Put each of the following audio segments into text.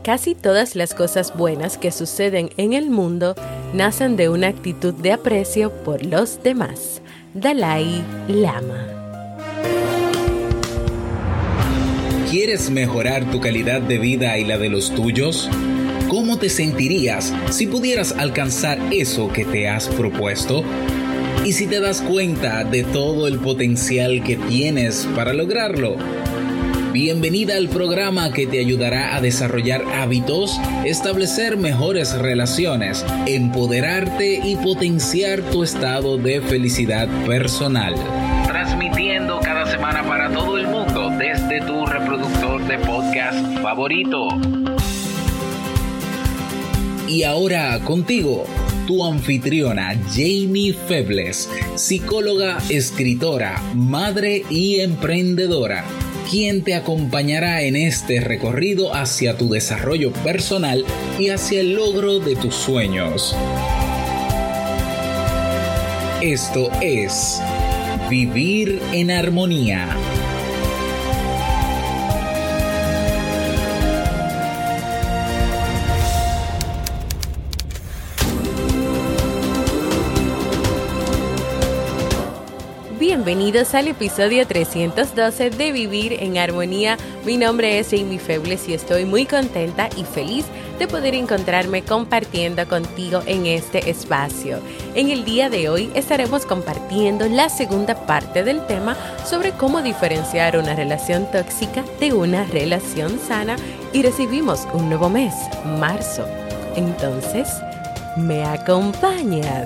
Casi todas las cosas buenas que suceden en el mundo nacen de una actitud de aprecio por los demás. Dalai Lama. ¿Quieres mejorar tu calidad de vida y la de los tuyos? ¿Cómo te sentirías si pudieras alcanzar eso que te has propuesto? ¿Y si te das cuenta de todo el potencial que tienes para lograrlo? Bienvenida al programa que te ayudará a desarrollar hábitos, establecer mejores relaciones, empoderarte y potenciar tu estado de felicidad personal. Transmitiendo cada semana para todo el mundo desde tu reproductor de podcast favorito. Y ahora contigo, tu anfitriona Jamie Febles, psicóloga, escritora, madre y emprendedora, quien te acompañará en este recorrido hacia tu desarrollo personal y hacia el logro de tus sueños. Esto es Vivir en Armonía. Bienvenidos al episodio 312 de Vivir en Armonía. Mi nombre es Jamie Febles y estoy muy contenta y feliz de poder encontrarme compartiendo contigo en este espacio. En el día de hoy estaremos compartiendo la segunda parte del tema sobre cómo diferenciar una relación tóxica de una relación sana y recibimos un nuevo mes, marzo. Entonces, ¿me acompañas?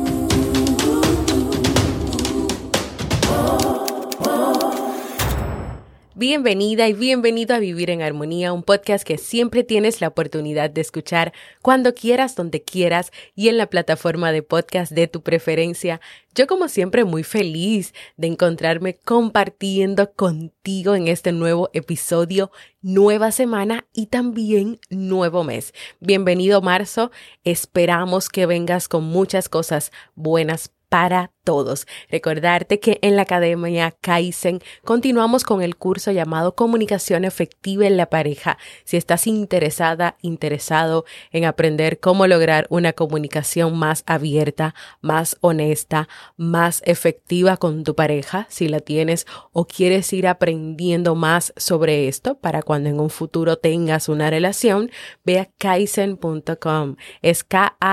Bienvenida y bienvenido a Vivir en Armonía, un podcast que siempre tienes la oportunidad de escuchar cuando quieras, donde quieras y en la plataforma de podcast de tu preferencia. Yo, como siempre, muy feliz de encontrarme compartiendo contigo en este nuevo episodio, nueva semana y también nuevo mes. Bienvenido marzo, esperamos que vengas con muchas cosas buenas para todos. Recordarte que en la Academia Kaizen continuamos con el curso llamado Comunicación Efectiva en la Pareja. Si estás interesado en aprender cómo lograr una comunicación más abierta, más honesta, más efectiva con tu pareja, si la tienes o quieres ir aprendiendo más sobre esto para cuando en un futuro tengas una relación, ve a kaizen.com. Es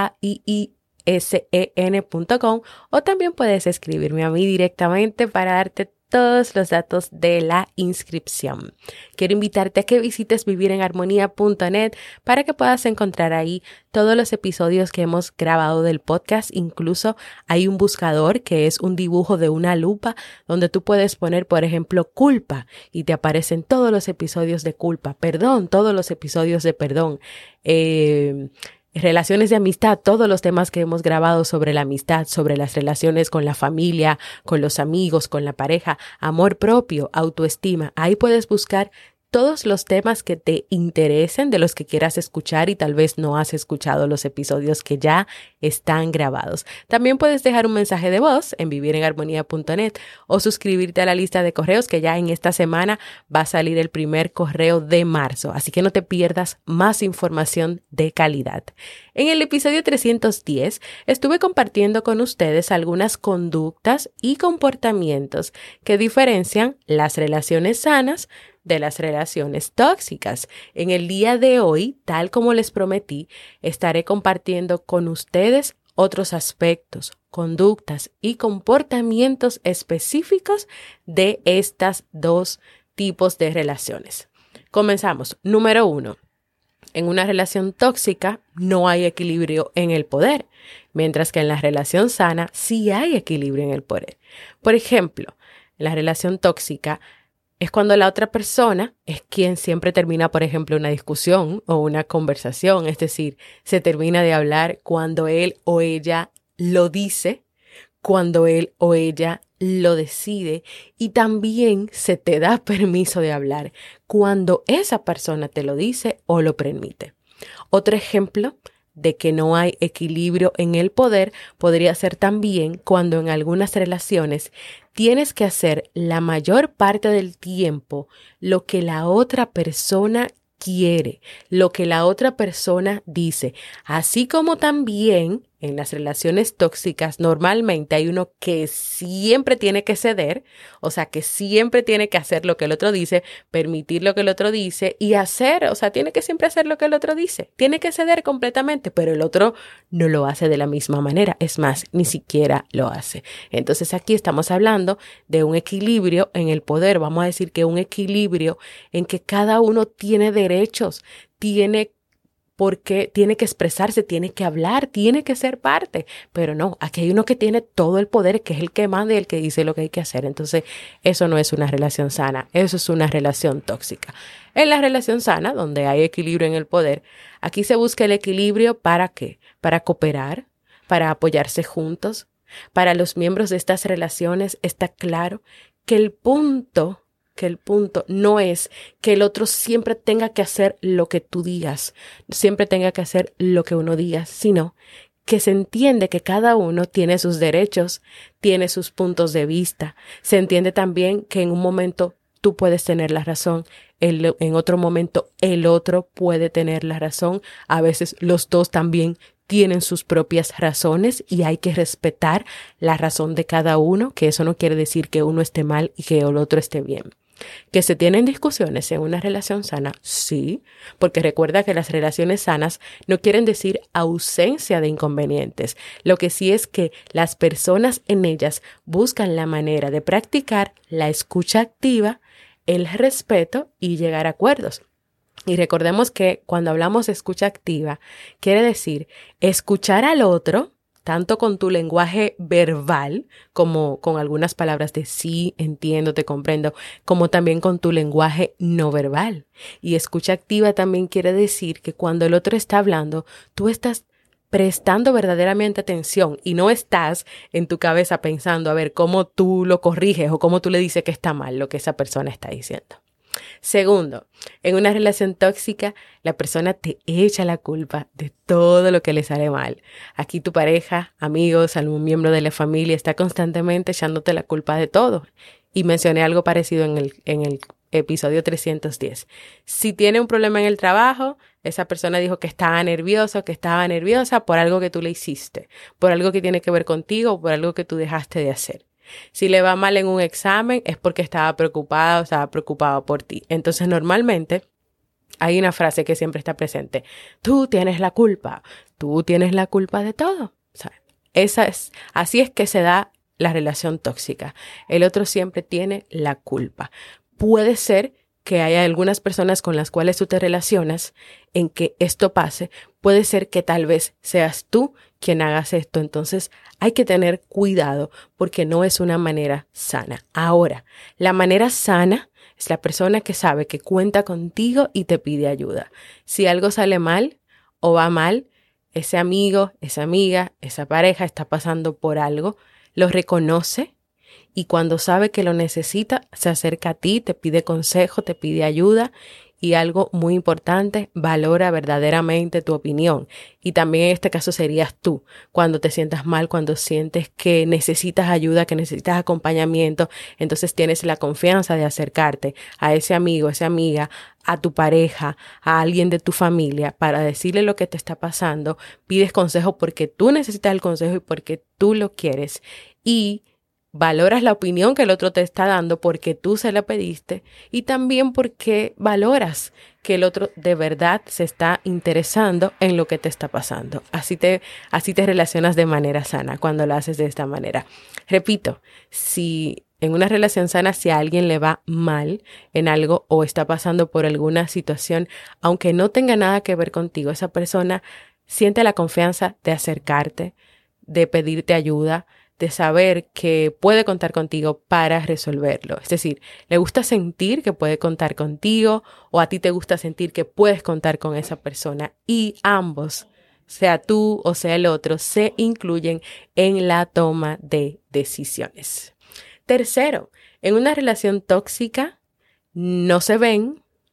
KAIISEN.com o también puedes escribirme a mí directamente para darte todos los datos de la inscripción. Quiero invitarte a que visites vivirenharmonía.net para que puedas encontrar ahí todos los episodios que hemos grabado del podcast. Incluso hay un buscador que es un dibujo de una lupa donde tú puedes poner, por ejemplo, culpa y te aparecen todos los episodios de culpa, perdón, todos los episodios de perdón, relaciones de amistad, todos los temas que hemos grabado sobre la amistad, sobre las relaciones con la familia, con los amigos, con la pareja, amor propio, autoestima. Ahí puedes buscar todos los temas que te interesen, de los que quieras escuchar y tal vez no has escuchado los episodios que ya están grabados. También puedes dejar un mensaje de voz en vivirenharmonía.net o suscribirte a la lista de correos que ya en esta semana va a salir el primer correo de marzo. Así que no te pierdas más información de calidad. En el episodio 310 estuve compartiendo con ustedes algunas conductas y comportamientos que diferencian las relaciones sanas de las relaciones tóxicas. En el día de hoy, tal como les prometí, estaré compartiendo con ustedes otros aspectos, conductas y comportamientos específicos de estas dos tipos de relaciones. Comenzamos. Número 1. En una relación tóxica no hay equilibrio en el poder, mientras que en la relación sana sí hay equilibrio en el poder. Por ejemplo, en la relación tóxica es cuando la otra persona es quien siempre termina, por ejemplo, una discusión o una conversación, es decir, se termina de hablar cuando él o ella lo dice, cuando él o ella lo decide y también se te da permiso de hablar cuando esa persona te lo dice o lo permite. Otro ejemplo de que no hay equilibrio en el poder podría ser también cuando en algunas relaciones tienes que hacer la mayor parte del tiempo lo que la otra persona quiere, lo que la otra persona dice, así como también en las relaciones tóxicas normalmente hay uno que siempre tiene que ceder, o sea, que siempre tiene que hacer lo que el otro dice, permitir lo que el otro dice y hacer, o sea, tiene que siempre hacer lo que el otro dice, tiene que ceder completamente, pero el otro no lo hace de la misma manera, es más, ni siquiera lo hace. Entonces aquí estamos hablando de un equilibrio en el poder, vamos a decir que un equilibrio en que cada uno tiene derechos, porque tiene que expresarse, tiene que hablar, tiene que ser parte, pero no, aquí hay uno que tiene todo el poder, que es el que manda y el que dice lo que hay que hacer. Entonces, eso no es una relación sana, eso es una relación tóxica. En la relación sana, donde hay equilibrio en el poder, aquí se busca el equilibrio ¿para qué? Para cooperar, para apoyarse juntos. Para los miembros de estas relaciones está claro que el punto no es que el otro siempre tenga que hacer lo que tú digas, siempre tenga que hacer lo que uno diga, sino que se entiende que cada uno tiene sus derechos, tiene sus puntos de vista. Se entiende también que en un momento tú puedes tener la razón, en otro momento el otro puede tener la razón. A veces los dos también tienen sus propias razones y hay que respetar la razón de cada uno, que eso no quiere decir que uno esté mal y que el otro esté bien. ¿Que se tienen discusiones en una relación sana? Sí, porque recuerda que las relaciones sanas no quieren decir ausencia de inconvenientes. Lo que sí es que las personas en ellas buscan la manera de practicar la escucha activa, el respeto y llegar a acuerdos. Y recordemos que cuando hablamos de escucha activa, quiere decir escuchar al otro, tanto con tu lenguaje verbal, como con algunas palabras de sí, entiendo, te comprendo, como también con tu lenguaje no verbal. Y escucha activa también quiere decir que cuando el otro está hablando, tú estás prestando verdaderamente atención y no estás en tu cabeza pensando a ver cómo tú lo corriges o cómo tú le dices que está mal lo que esa persona está diciendo. Segundo, en una relación tóxica, la persona te echa la culpa de todo lo que le sale mal. Aquí tu pareja, amigos, algún miembro de la familia está constantemente echándote la culpa de todo. Y mencioné algo parecido en el episodio 310. Si tiene un problema en el trabajo, esa persona dijo que estaba nervioso, que estaba nerviosa por algo que tú le hiciste, por algo que tiene que ver contigo, por algo que tú dejaste de hacer. Si le va mal en un examen es porque estaba preocupado, estaba preocupado por ti. Entonces, normalmente hay una frase que siempre está presente. Tú tienes la culpa de todo. O sea, así es que se da la relación tóxica. El otro siempre tiene la culpa. Puede ser que haya algunas personas con las cuales tú te relacionas en que esto pase. Puede ser que tal vez seas tú quien hagas esto. Entonces hay que tener cuidado porque no es una manera sana. Ahora, la manera sana es la persona que sabe que cuenta contigo y te pide ayuda. Si algo sale mal o va mal, ese amigo, esa amiga, esa pareja está pasando por algo, lo reconoce. Y cuando sabe que lo necesita, se acerca a ti, te pide consejo, te pide ayuda y algo muy importante, valora verdaderamente tu opinión. Y también en este caso serías tú, cuando te sientas mal, cuando sientes que necesitas ayuda, que necesitas acompañamiento, entonces tienes la confianza de acercarte a ese amigo, a esa amiga, a tu pareja, a alguien de tu familia para decirle lo que te está pasando. Pides consejo porque tú necesitas el consejo y porque tú lo quieres. Y valoras la opinión que el otro te está dando porque tú se la pediste y también porque valoras que el otro de verdad se está interesando en lo que te está pasando. Así te relacionas de manera sana cuando lo haces de esta manera. Repito, si en una relación sana, si a alguien le va mal en algo o está pasando por alguna situación, aunque no tenga nada que ver contigo, esa persona siente la confianza de acercarte, de pedirte ayuda, de saber que puede contar contigo para resolverlo. Es decir, le gusta sentir que puede contar contigo o a ti te gusta sentir que puedes contar con esa persona y ambos, sea tú o sea el otro, se incluyen en la toma de decisiones. Tercero, en una relación tóxica no se ven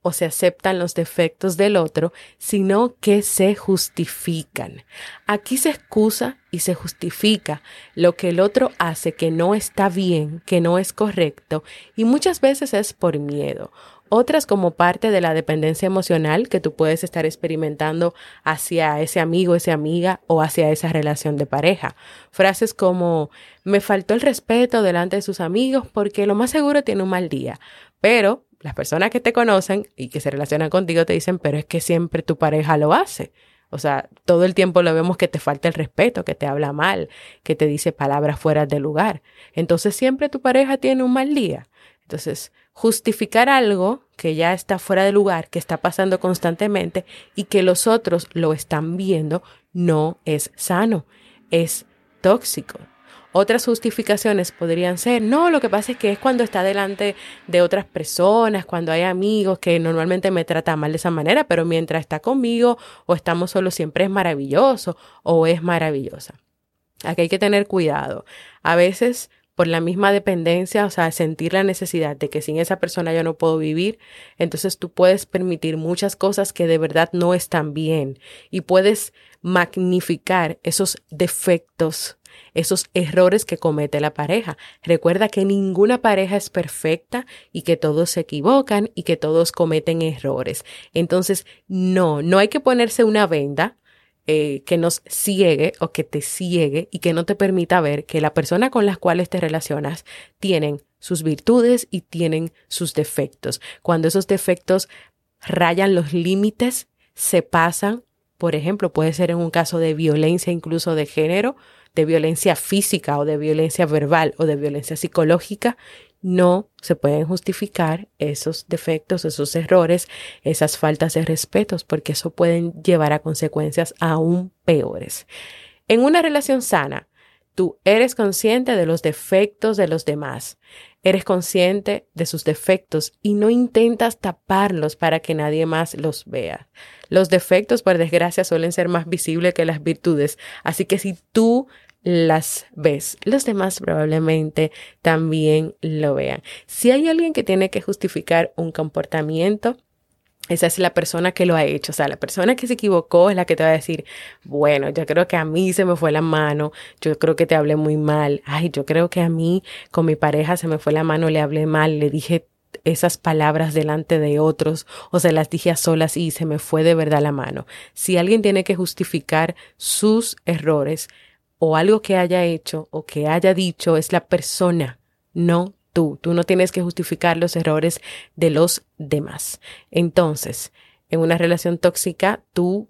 o se aceptan los defectos del otro, sino que se justifican. Aquí se excusa y se justifica lo que el otro hace que no está bien, que no es correcto, y muchas veces es por miedo. Otras como parte de la dependencia emocional que tú puedes estar experimentando hacia ese amigo, esa amiga o hacia esa relación de pareja. Frases como, me faltó el respeto delante de sus amigos porque lo más seguro tiene un mal día. Pero las personas que te conocen y que se relacionan contigo te dicen, pero es que siempre tu pareja lo hace. O sea, todo el tiempo lo vemos que te falta el respeto, que te habla mal, que te dice palabras fuera de lugar. Entonces siempre tu pareja tiene un mal día. Entonces, justificar algo que ya está fuera de lugar, que está pasando constantemente y que los otros lo están viendo, no es sano, es tóxico. Otras justificaciones podrían ser, no, lo que pasa es que es cuando está delante de otras personas, cuando hay amigos que normalmente me tratan mal de esa manera, pero mientras está conmigo o estamos solos siempre es maravilloso o es maravillosa. Aquí hay que tener cuidado. A veces, por la misma dependencia, o sea, sentir la necesidad de que sin esa persona yo no puedo vivir, entonces tú puedes permitir muchas cosas que de verdad no están bien y puedes magnificar esos defectos, esos errores que comete la pareja. Recuerda que ninguna pareja es perfecta y que todos se equivocan y que todos cometen errores. Entonces, no hay que ponerse una venda que nos ciegue o que te ciegue y que no te permita ver que la persona con las cuales te relacionas tienen sus virtudes y tienen sus defectos. Cuando esos defectos rayan los límites, se pasan, por ejemplo, puede ser en un caso de violencia incluso de género, de violencia física o de violencia verbal o de violencia psicológica, no se pueden justificar esos defectos, esos errores, esas faltas de respeto, porque eso pueden llevar a consecuencias aún peores. En una relación sana, tú eres consciente de los defectos de los demás, eres consciente de sus defectos y no intentas taparlos para que nadie más los vea. Los defectos, por desgracia, suelen ser más visibles que las virtudes, así que si tú las ves, los demás probablemente también lo vean. Si hay alguien que tiene que justificar un comportamiento, esa es la persona que lo ha hecho. O sea, la persona que se equivocó es la que te va a decir, bueno, yo creo que a mí se me fue la mano, yo creo que te hablé muy mal, ay, yo creo que a mí con mi pareja se me fue la mano, le hablé mal, le dije esas palabras delante de otros o se las dije a solas y se me fue de verdad la mano. Si alguien tiene que justificar sus errores o algo que haya hecho o que haya dicho, es la persona, no tú. Tú no tienes que justificar los errores de los demás. Entonces, en una relación tóxica, tú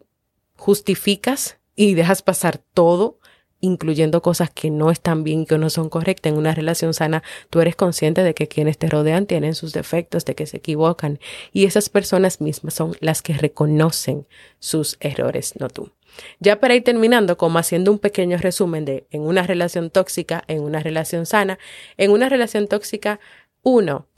justificas y dejas pasar todo, incluyendo cosas que no están bien y que no son correctas. En una relación sana, tú eres consciente de que quienes te rodean tienen sus defectos, de que se equivocan. Y esas personas mismas son las que reconocen sus errores, no tú. Ya para ir terminando, como haciendo un pequeño resumen de en una relación tóxica, en una relación sana, en una relación tóxica, uno,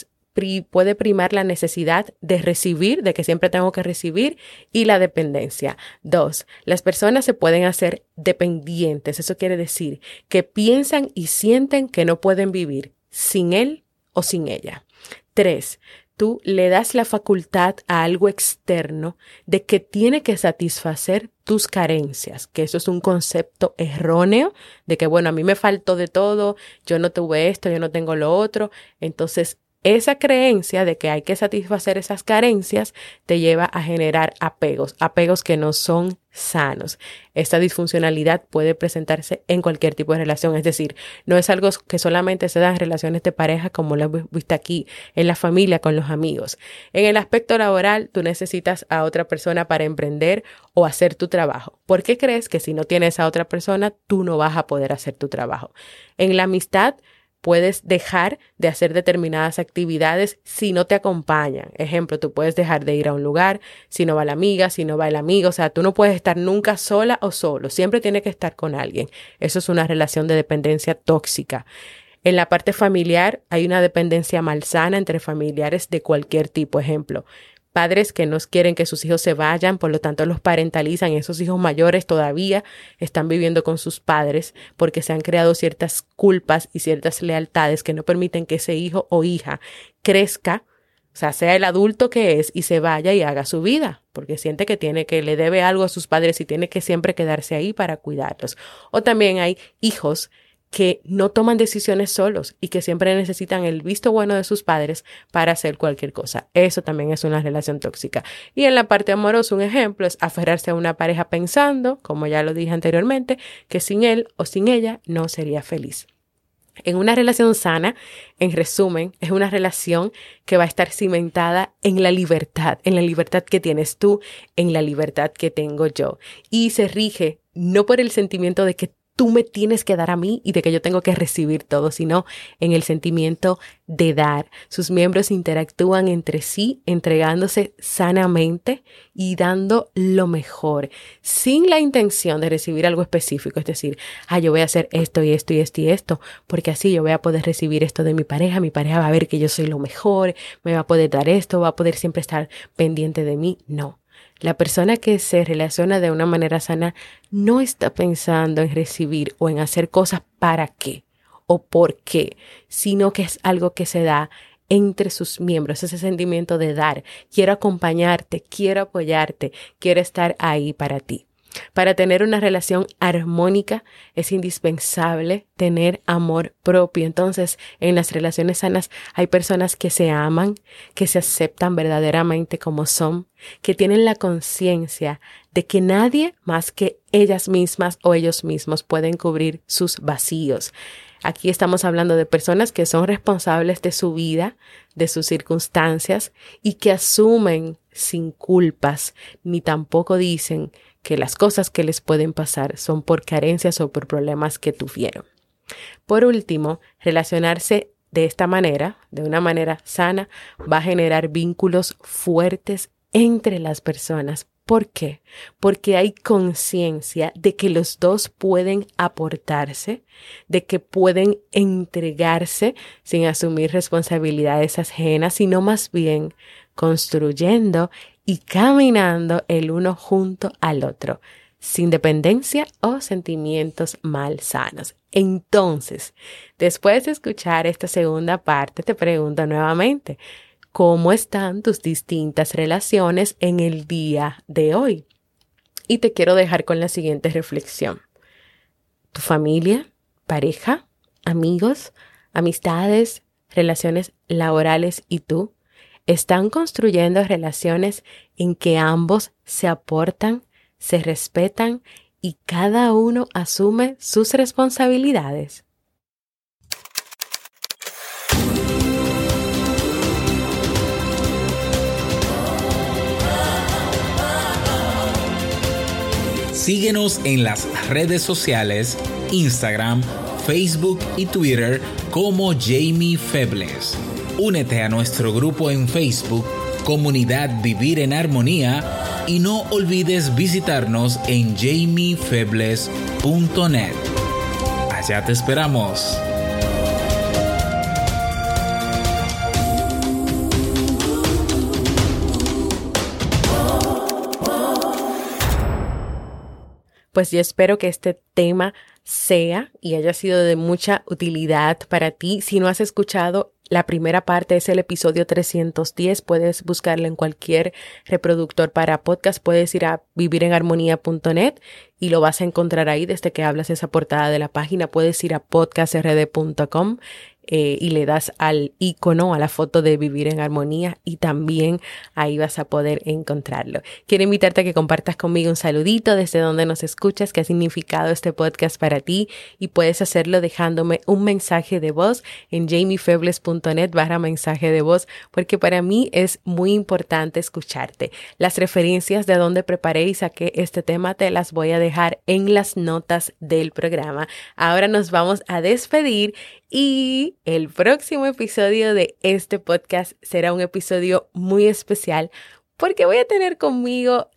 puede primar la necesidad de recibir, de que siempre tengo que recibir, y la dependencia. 2, las personas se pueden hacer dependientes. Eso quiere decir que piensan y sienten que no pueden vivir sin él o sin ella. 3, tú le das la facultad a algo externo de que tiene que satisfacer tus carencias, que eso es un concepto erróneo de que, bueno, a mí me faltó de todo, yo no tuve esto, yo no tengo lo otro. Entonces, esa creencia de que hay que satisfacer esas carencias te lleva a generar apegos que no son sanos. Esta disfuncionalidad puede presentarse en cualquier tipo de relación, es decir, no es algo que solamente se da en relaciones de pareja como lo hemos visto aquí, en la familia, con los amigos. En el aspecto laboral, tú necesitas a otra persona para emprender o hacer tu trabajo. ¿Por qué crees que si no tienes a otra persona, tú no vas a poder hacer tu trabajo? En la amistad, puedes dejar de hacer determinadas actividades si no te acompañan. Ejemplo, tú puedes dejar de ir a un lugar si no va la amiga, si no va el amigo. O sea, tú no puedes estar nunca sola o solo. Siempre tienes que estar con alguien. Eso es una relación de dependencia tóxica. En la parte familiar hay una dependencia malsana entre familiares de cualquier tipo. Ejemplo, padres que no quieren que sus hijos se vayan, por lo tanto los parentalizan y esos hijos mayores todavía están viviendo con sus padres porque se han creado ciertas culpas y ciertas lealtades que no permiten que ese hijo o hija crezca O sea, sea el adulto que es y se vaya y haga su vida, porque siente que le debe algo a sus padres y tiene que siempre quedarse ahí para cuidarlos. O también hay hijos que no toman decisiones solos y que siempre necesitan el visto bueno de sus padres para hacer cualquier cosa. Eso también es una relación tóxica. Y en la parte amorosa, un ejemplo es aferrarse a una pareja pensando, como ya lo dije anteriormente, que sin él o sin ella no sería feliz. En una relación sana, en resumen, es una relación que va a estar cimentada en la libertad que tienes tú, en la libertad que tengo yo. Y se rige no por el sentimiento de que tú me tienes que dar a mí y de que yo tengo que recibir todo, sino en el sentimiento de dar. Sus miembros interactúan entre sí, entregándose sanamente y dando lo mejor, sin la intención de recibir algo específico, es decir, yo voy a hacer esto y esto y esto y esto, porque así yo voy a poder recibir esto de mi pareja va a ver que yo soy lo mejor, me va a poder dar esto, va a poder siempre estar pendiente de mí. No. La persona que se relaciona de una manera sana no está pensando en recibir o en hacer cosas para qué o por qué, sino que es algo que se da entre sus miembros, ese sentimiento de dar. Quiero acompañarte, quiero apoyarte, quiero estar ahí para ti. Para tener una relación armónica es indispensable tener amor propio. Entonces, en las relaciones sanas hay personas que se aman, que se aceptan verdaderamente como son, que tienen la conciencia de que nadie más que ellas mismas o ellos mismos pueden cubrir sus vacíos. Aquí estamos hablando de personas que son responsables de su vida, de sus circunstancias y que asumen sin culpas, ni tampoco dicen que las cosas que les pueden pasar son por carencias o por problemas que tuvieron. Por último, relacionarse de esta manera, de una manera sana, va a generar vínculos fuertes entre las personas. ¿Por qué? Porque hay conciencia de que los dos pueden aportarse, de que pueden entregarse sin asumir responsabilidades ajenas, sino más bien construyendo y caminando el uno junto al otro, sin dependencia o sentimientos malsanos. Entonces, después de escuchar esta segunda parte, te pregunto nuevamente, ¿cómo están tus distintas relaciones en el día de hoy? Y te quiero dejar con la siguiente reflexión. ¿Tu familia, pareja, amigos, amistades, relaciones laborales y tú están construyendo relaciones en que ambos se aportan, se respetan y cada uno asume sus responsabilidades? Síguenos en las redes sociales, Instagram, Facebook y Twitter como Jamie Febles. Únete a nuestro grupo en Facebook, Comunidad Vivir en Armonía, y no olvides visitarnos en jamiefebles.net. Allá te esperamos. Pues yo espero que este tema sea y haya sido de mucha utilidad para ti. Si no has escuchado la primera parte, es el episodio 310. Puedes buscarlo en cualquier reproductor para podcast. Puedes ir a vivirenharmonía.net y lo vas a encontrar ahí desde que hablas esa portada de la página. Puedes ir a podcastrd.com y le das al icono, a la foto de Vivir en Armonía, y también ahí vas a poder encontrarlo. Quiero invitarte a que compartas conmigo un saludito desde donde nos escuchas, qué ha significado este podcast para ti, y puedes hacerlo dejándome un mensaje de voz en jamiefebles.net/mensaje de voz, porque para mí es muy importante escucharte. Las referencias de donde preparé y saqué este tema te las voy a dejar en las notas del programa. Ahora nos vamos a despedir y el próximo episodio de este podcast será un episodio muy especial porque voy a tener conmigo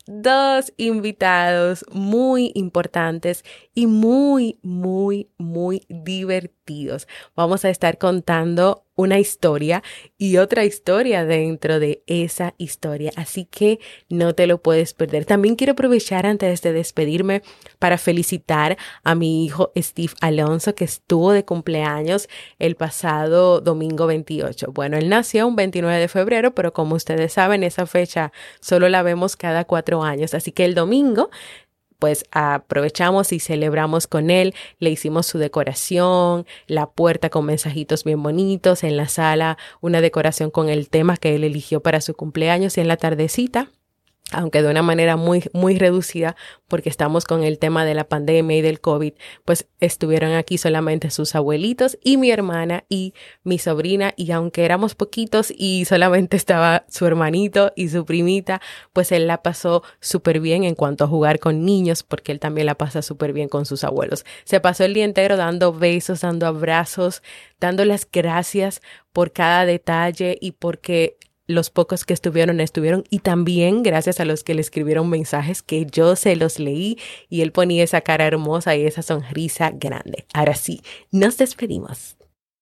dos invitados muy importantes y muy divertidos. Vamos a estar contando una historia y otra historia dentro de esa historia, así que no te lo puedes perder. También quiero aprovechar antes de despedirme para felicitar a mi hijo Steve Alonso, que estuvo de cumpleaños el pasado domingo 28. Bueno, él nació un 29 de febrero, pero como ustedes saben, esa fecha solo la vemos cada 4 años, así que el domingo pues aprovechamos y celebramos con él, le hicimos su decoración, la puerta con mensajitos bien bonitos, en la sala una decoración con el tema que él eligió para su cumpleaños y en la tardecita, aunque de una manera muy reducida porque estamos con el tema de la pandemia y del COVID, pues estuvieron aquí solamente sus abuelitos y mi hermana y mi sobrina, y aunque éramos poquitos y solamente estaba su hermanito y su primita, pues él la pasó súper bien en cuanto a jugar con niños, porque él también la pasa súper bien con sus abuelos. Se pasó el día entero dando besos, dando abrazos, dando las gracias por cada detalle y porque los pocos que estuvieron y también gracias a los que le escribieron mensajes que yo se los leí y él ponía esa cara hermosa y esa sonrisa grande. Ahora sí, nos despedimos.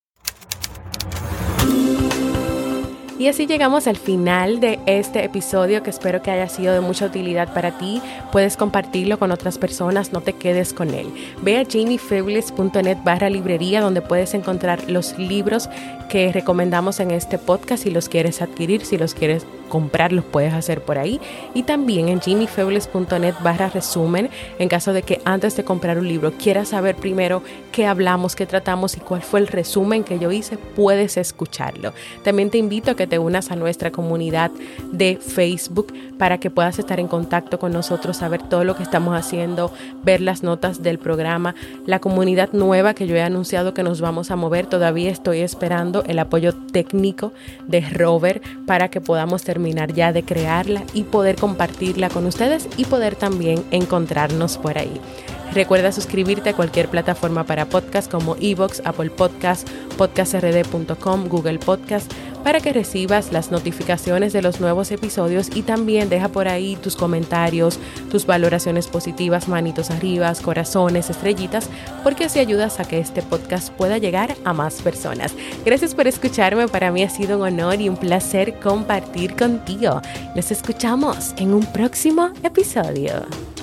Y así llegamos al final de este episodio que espero que haya sido de mucha utilidad para ti. Puedes compartirlo con otras personas, no te quedes con él. Ve a jamiefebles.net/librería donde puedes encontrar los libros que recomendamos en este podcast. Si los quieres adquirir, si los quieres comprar, los puedes hacer por ahí. Y también en jamiefebles.net/resumen en caso de que antes de comprar un libro quieras saber primero qué hablamos, qué tratamos y cuál fue el resumen que yo hice, puedes escucharlo. También te invito a que te unas a nuestra comunidad de Facebook para que puedas estar en contacto con nosotros, saber todo lo que estamos haciendo, ver las notas del programa. La comunidad nueva que yo he anunciado que nos vamos a mover, todavía estoy esperando el apoyo técnico de Robert para que podamos terminar ya de crearla y poder compartirla con ustedes y poder también encontrarnos por ahí. Recuerda suscribirte a cualquier plataforma para podcast como iVoox, Apple Podcast, podcastrd.com, Google Podcast, para que recibas las notificaciones de los nuevos episodios y también deja por ahí tus comentarios, tus valoraciones positivas, manitos arriba, corazones, estrellitas, porque así ayudas a que este podcast pueda llegar a más personas. Gracias por escucharme, para mí ha sido un honor y un placer compartir contigo. Nos escuchamos en un próximo episodio.